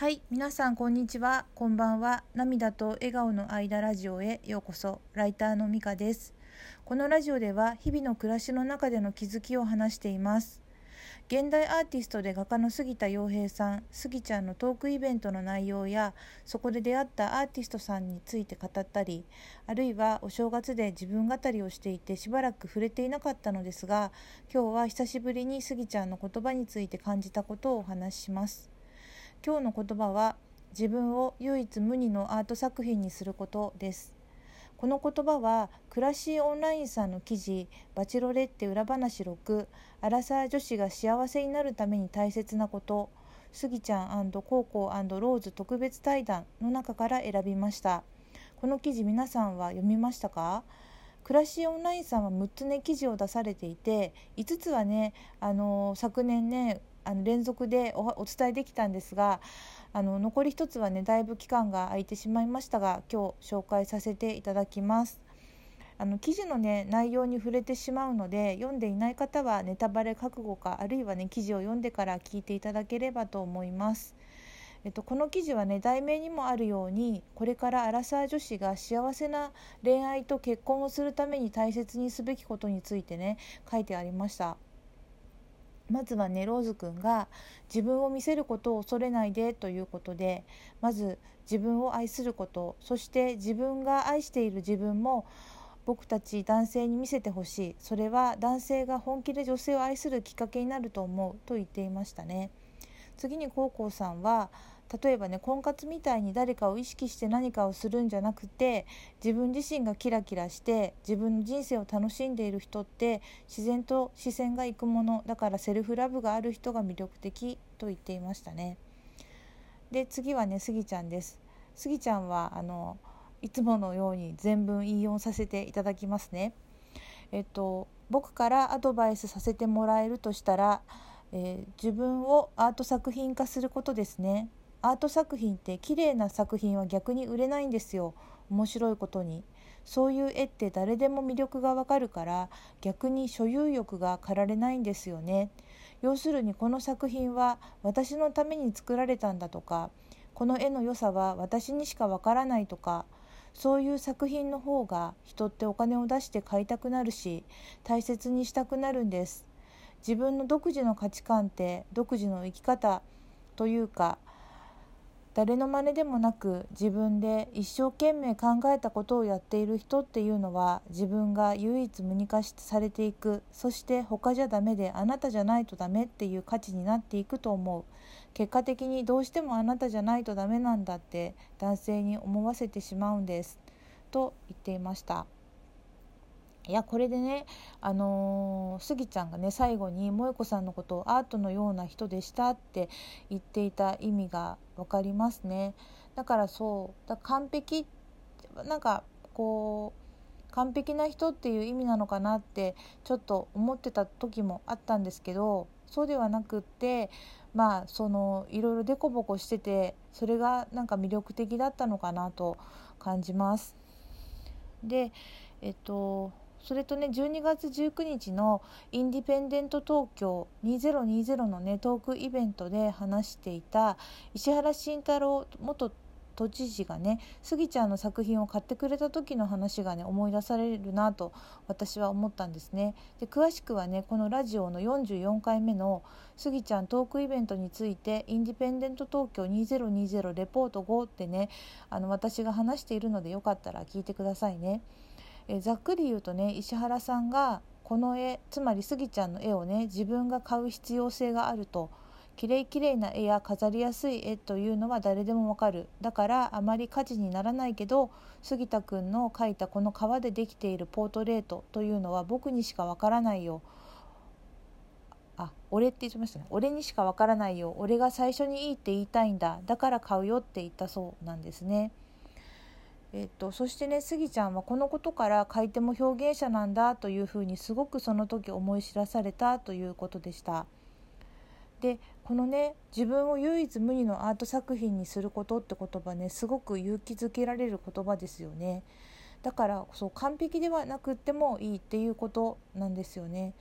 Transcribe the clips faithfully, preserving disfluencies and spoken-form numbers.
はい、皆さんこんにちは、こんばんは。涙と笑顔の間ラジオへようこそ。ライターのみかです。このラジオでは日々の暮らしの中での気づきを話しています。現代アーティストで画家の杉田洋平さん、杉ちゃんのトークイベントの内容や、そこで出会ったアーティストさんについて語ったり、あるいはお正月で自分語りをしていてしばらく触れていなかったのですが、今日は久しぶりに杉ちゃんの言葉について感じたことをお話しします。今日の言葉は、自分を唯一無二のアート作品にすることです。この言葉はクラシーオンラインさんの記事バチロレッテ裏話ろく、アラサー女子が幸せになるために大切なこと、スギちゃん&コーコー&ローズ特別対談の中から選びました。この記事皆さんは読みましたか？クラシーオンラインさんはむっつね記事を出されていて、いつつはね、あの昨年ねあの連続で お, お伝えできたんですが、あの残り一つはねだいぶ期間が空いてしまいましたが、今日紹介させていただきます。あの記事のね内容に触れてしまうので、読んでいない方はネタバレ覚悟か、あるいはね記事を読んでから聞いていただければと思います。えっと、この記事はね題名にもあるように、これからアラサー女子が幸せな恋愛と結婚をするために大切にすべきことについてね書いてありました。まずはねローズくんが自分を見せることを恐れないでということで、まず自分を愛すること、そして自分が愛している自分も僕たち男性に見せてほしい、それは男性が本気で女性を愛するきっかけになると思うと言っていましたね。次にコウコウさんは、例えばね婚活みたいに誰かを意識して何かをするんじゃなくて、自分自身がキラキラして自分の人生を楽しんでいる人って自然と視線がいくものだから、セルフラブがある人が魅力的と言っていましたね。で次はねスギちゃんです。スギちゃんはあのいつものように全文引用させていただきますね。えっと僕からアドバイスさせてもらえるとしたら、えー、自分をアート作品化することですね。アート作品って綺麗な作品は逆に売れないんですよ。面白いことに、そういう絵って誰でも魅力がわかるから、逆に所有欲が駆られないんですよね。要するにこの作品は私のために作られたんだとか、この絵の良さは私にしかわからないとか、そういう作品の方が人ってお金を出して買いたくなるし、大切にしたくなるんです。自分の独自の価値観って独自の生き方というか、誰の真似でもなく自分で一生懸命考えたことをやっている人っていうのは、自分が唯一無二化されていく、そして他じゃダメであなたじゃないとダメっていう価値になっていくと思う。結果的にどうしてもあなたじゃないとダメなんだって男性に思わせてしまうんですと言っていました。いやこれでね、あのー、スギちゃんがね最後に萌子さんのことをアートのような人でしたって言っていた意味が分かりますね。だからそうだ完璧なんかこう完璧な人っていう意味なのかなってちょっと思ってた時もあったんですけど、そうではなくって、まあそのいろいろデコボコしてて、それがなんか魅力的だったのかなと感じます。でえっとそれとねじゅうにがつじゅうくにちのインディペンデント東京にせんにじゅうのねトークイベントで話していた石原慎太郎元都知事がねスギちゃんの作品を買ってくれた時の話がね思い出されるなと私は思ったんですね。で詳しくはねこのラジオのよんじゅうよんかいめのスギちゃんトークイベントについて、インディペンデント東京にせんにじゅうレポートごってねあの私が話しているので、よかったら聞いてくださいね。えざっくり言うとね、石原さんがこの絵、つまりスギちゃんの絵をね自分が買う必要性があると。きれいきれいな絵や飾りやすい絵というのは誰でもわかる。だからあまり価値にならないけど、杉田くんの描いたこの革でできているポートレートというのは僕にしかわからないよ。あ、俺って言ってましたね。俺にしかわからないよ。俺が最初にいいって言いたいんだ。だから買うよって言ったそうなんですね。えっと、そしてねスギちゃんはこのことから買い手も表現者なんだというふうにすごくその時思い知らされたということでした。でこのね自分を唯一無二のアート作品にすることって言葉ね、すごく勇気づけられる言葉ですよね。だからそう完璧ではなくってもいいっていうことなんですよね。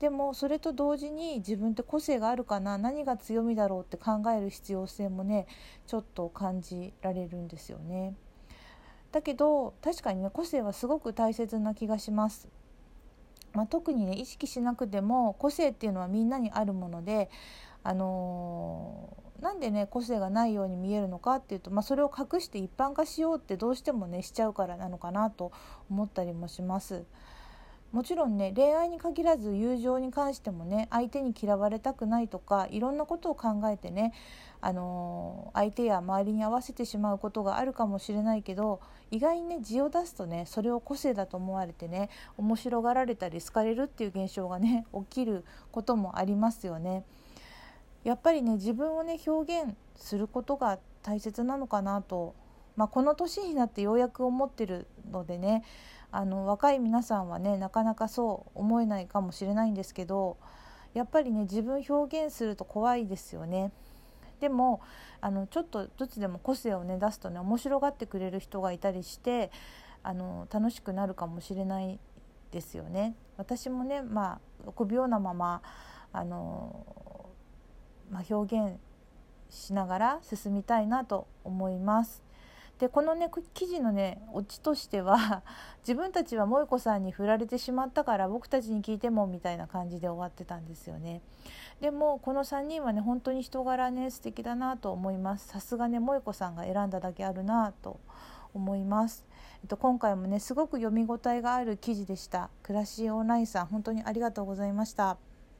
でもそれと同時に自分って個性があるかな、何が強みだろうって考える必要性もねちょっと感じられるんですよね。だけど確かにね個性はすごく大切な気がします。まあ、特にね意識しなくても個性っていうのはみんなにあるもので、あのー、なんでね個性がないように見えるのかっていうと、まあ、それを隠して一般化しようってどうしてもねしちゃうからなのかなと思ったりもします。もちろんね恋愛に限らず友情に関してもね、相手に嫌われたくないとかいろんなことを考えてね、あのー、相手や周りに合わせてしまうことがあるかもしれないけど、意外にね字を出すとねそれを個性だと思われてね面白がられたり好かれるっていう現象がね起きることもありますよね。やっぱりね自分をね表現することが大切なのかなと、まあ、この年になってようやく思ってるのでね、あの若い皆さんはねなかなかそう思えないかもしれないんですけど、やっぱりね自分表現すると怖いですよね。でもあのちょっとずつでも個性をね出すとね面白がってくれる人がいたりして、あの楽しくなるかもしれないですよね。私もねまあ臆病なままあの、まあ、表現しながら進みたいなと思います。でこのね記事のねオチとしては自分たちは萌子さんに振られてしまったから僕たちに聞いてもみたいな感じで終わってたんですよね。でもこのさんにんはね本当に人柄ね素敵だなと思います。さすがね萌子さんが選んだだけあるなと思います。えっと、今回もねすごく読み応えがある記事でした。暮らしオンラインさん本当にありがとうございました。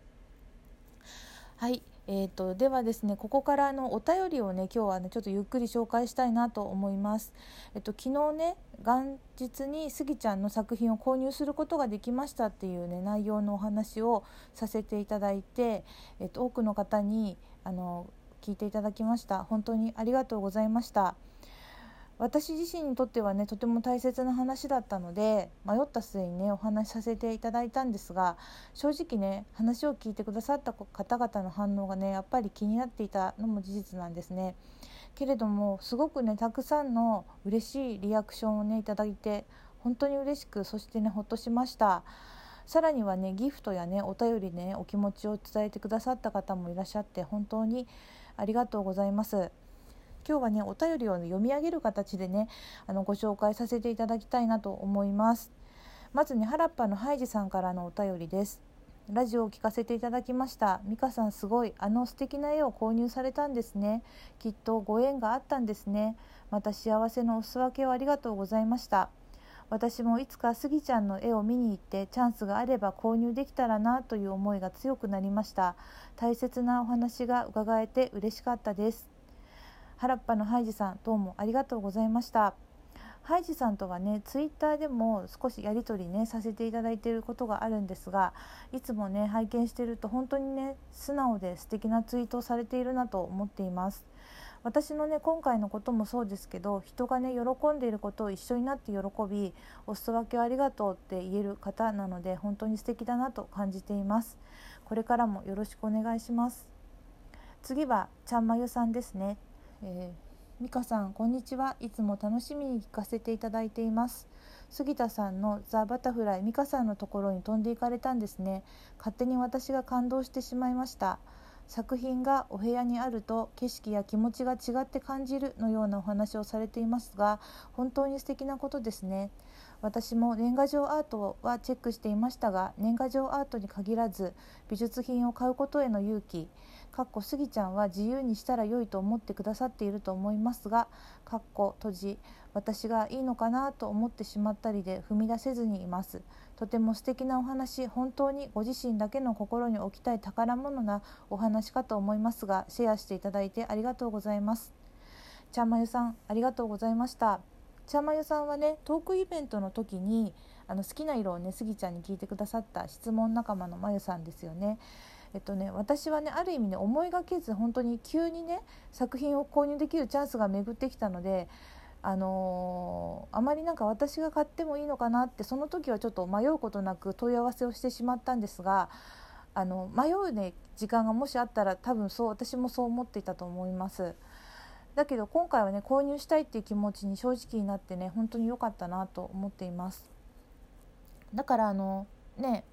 はい、えーと、ではですねここからのお便りをね今日はねちょっとゆっくり紹介したいなと思います。えっと、昨日ね元日にスギちゃんの作品を購入することができましたっていうね内容のお話をさせていただいて、えっと、多くの方にあの聞いていただきました。本当にありがとうございました。私自身にとってはねとても大切な話だったので迷った末にねお話しさせていただいたんですが、正直ね話を聞いてくださった方々の反応がねやっぱり気になっていたのも事実なんですね。けれどもすごくねたくさんの嬉しいリアクションをねいただいて本当に嬉しく、そしてねほっとしました。さらにはねギフトやねお便りねお気持ちを伝えてくださった方もいらっしゃって本当にありがとうございます。今日はねお便りを読み上げる形でねあのご紹介させていただきたいなと思います。まずね原っぱのハイジさんからのお便りです。ラジオを聞かせていただきました。美香さんすごい、あの素敵な絵を購入されたんですね。きっとご縁があったんですね。また幸せのお裾分けをありがとうございました。私もいつかスギちゃんの絵を見に行ってチャンスがあれば購入できたらなという思いが強くなりました。大切なお話が伺えて嬉しかったです。原っぱのハイジさんどうもありがとうございました。ハイジさんとはねツイッターでも少しやり取りねさせていただいていることがあるんですが、いつもね拝見していると本当にね素直で素敵なツイートをされているなと思っています。私のね今回のこともそうですけど、人がね喜んでいることを一緒になって喜び、お裾分けをありがとうって言える方なので本当に素敵だなと感じています。これからもよろしくお願いします。次はちゃんまゆさんですね。えー、美香さんこんにちは。いつも楽しみに聞かせていただいています。杉田さんのザ・バタフライ、美香さんのところに飛んでいかれたんですね。勝手に私が感動してしまいました。作品がお部屋にあると景色や気持ちが違って感じるのようなお話をされていますが、本当に素敵なことですね。私も年賀状アートはチェックしていましたが、年賀状アートに限らず美術品を買うことへの勇気、かっこスギちゃんは自由にしたら良いと思ってくださっていると思いますが、かっこ閉じ、私がいいのかなと思ってしまったりで踏み出せずにいます。とても素敵なお話、本当にご自身だけの心に置きたい宝物なお話かと思いますが、シェアしていただいてありがとうございます。ちゃんまゆさんありがとうございました。ちゃんまゆさんはねトークイベントの時にあの好きな色をねスギちゃんに聞いてくださった質問仲間のまゆさんですよね。えっとね、私はねある意味ね思いがけず本当に急にね作品を購入できるチャンスが巡ってきたので、あのー、あまりなんか私が買ってもいいのかなってその時はちょっと迷うことなく問い合わせをしてしまったんですが、あの迷うね時間がもしあったら多分そう私もそう思っていたと思います。だけど今回はね購入したいっていう気持ちに正直になってね本当に良かったなと思っています。だからあのね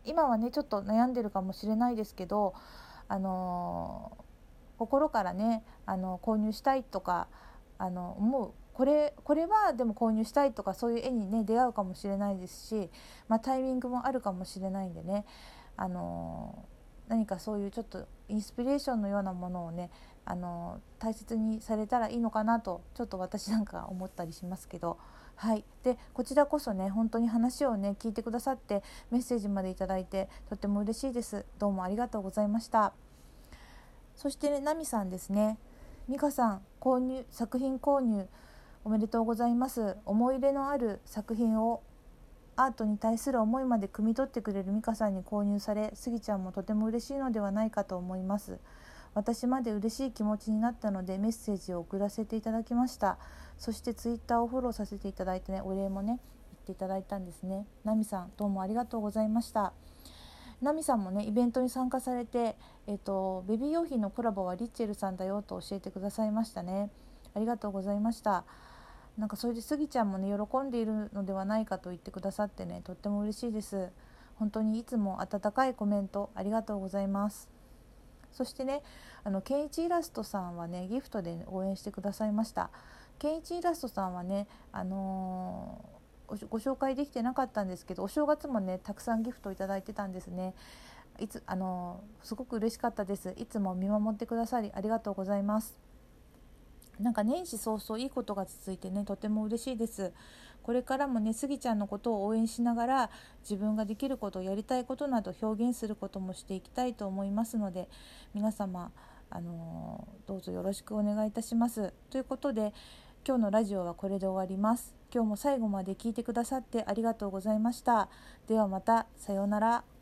今はねちょっと悩んでるかもしれないですけど、あの心からねあの購入したいとかあの思うこれこれはでも購入したいとかそういう絵にね出会うかもしれないですし、まあ、タイミングもあるかもしれないんでね、あの何かそういうちょっとインスピレーションのようなものをねあの大切にされたらいいのかなとちょっと私なんか思ったりしますけど、はい、でこちらこそね本当に話をね聞いてくださってメッセージまでいただいてとっても嬉しいです。どうもありがとうございました。そしてね、ナミさんですね。ミカさん、購入作品購入おめでとうございます。思い入れのある作品をアートに対する思いまで汲み取ってくれるミカさんに購入され、スギちゃんもとても嬉しいのではないかと思います。私まで嬉しい気持ちになったのでメッセージを送らせていただきました。そしてツイッターをフォローさせていただいてね、お礼もね言っていただいたんですね。ナミさん、どうもありがとうございました。ナミさんもねイベントに参加されて、えっと、ベビー用品のコラボはリッチェルさんだよと教えてくださいましたね。ありがとうございました。なんかそれでスギちゃんもね喜んでいるのではないかと言ってくださってね、とっても嬉しいです。本当にいつも温かいコメントありがとうございます。そしてね、あのケンイチイラストさんはねギフトで応援してくださいました。ケンイチイラストさんはね、あのー、ご紹介できてなかったんですけど、お正月もねたくさんギフトをいただいてたんですね。いつあのー、すごく嬉しかったです。いつも見守ってくださりありがとうございます。なんか年始早々いいことが続いてねとても嬉しいです。これからもねスギちゃんのことを応援しながら自分ができること、やりたいことなど表現することもしていきたいと思いますので、皆様あのー、どうぞよろしくお願いいたします。ということで今日のラジオはこれで終わります。今日も最後まで聞いてくださってありがとうございました。ではまた、さようなら。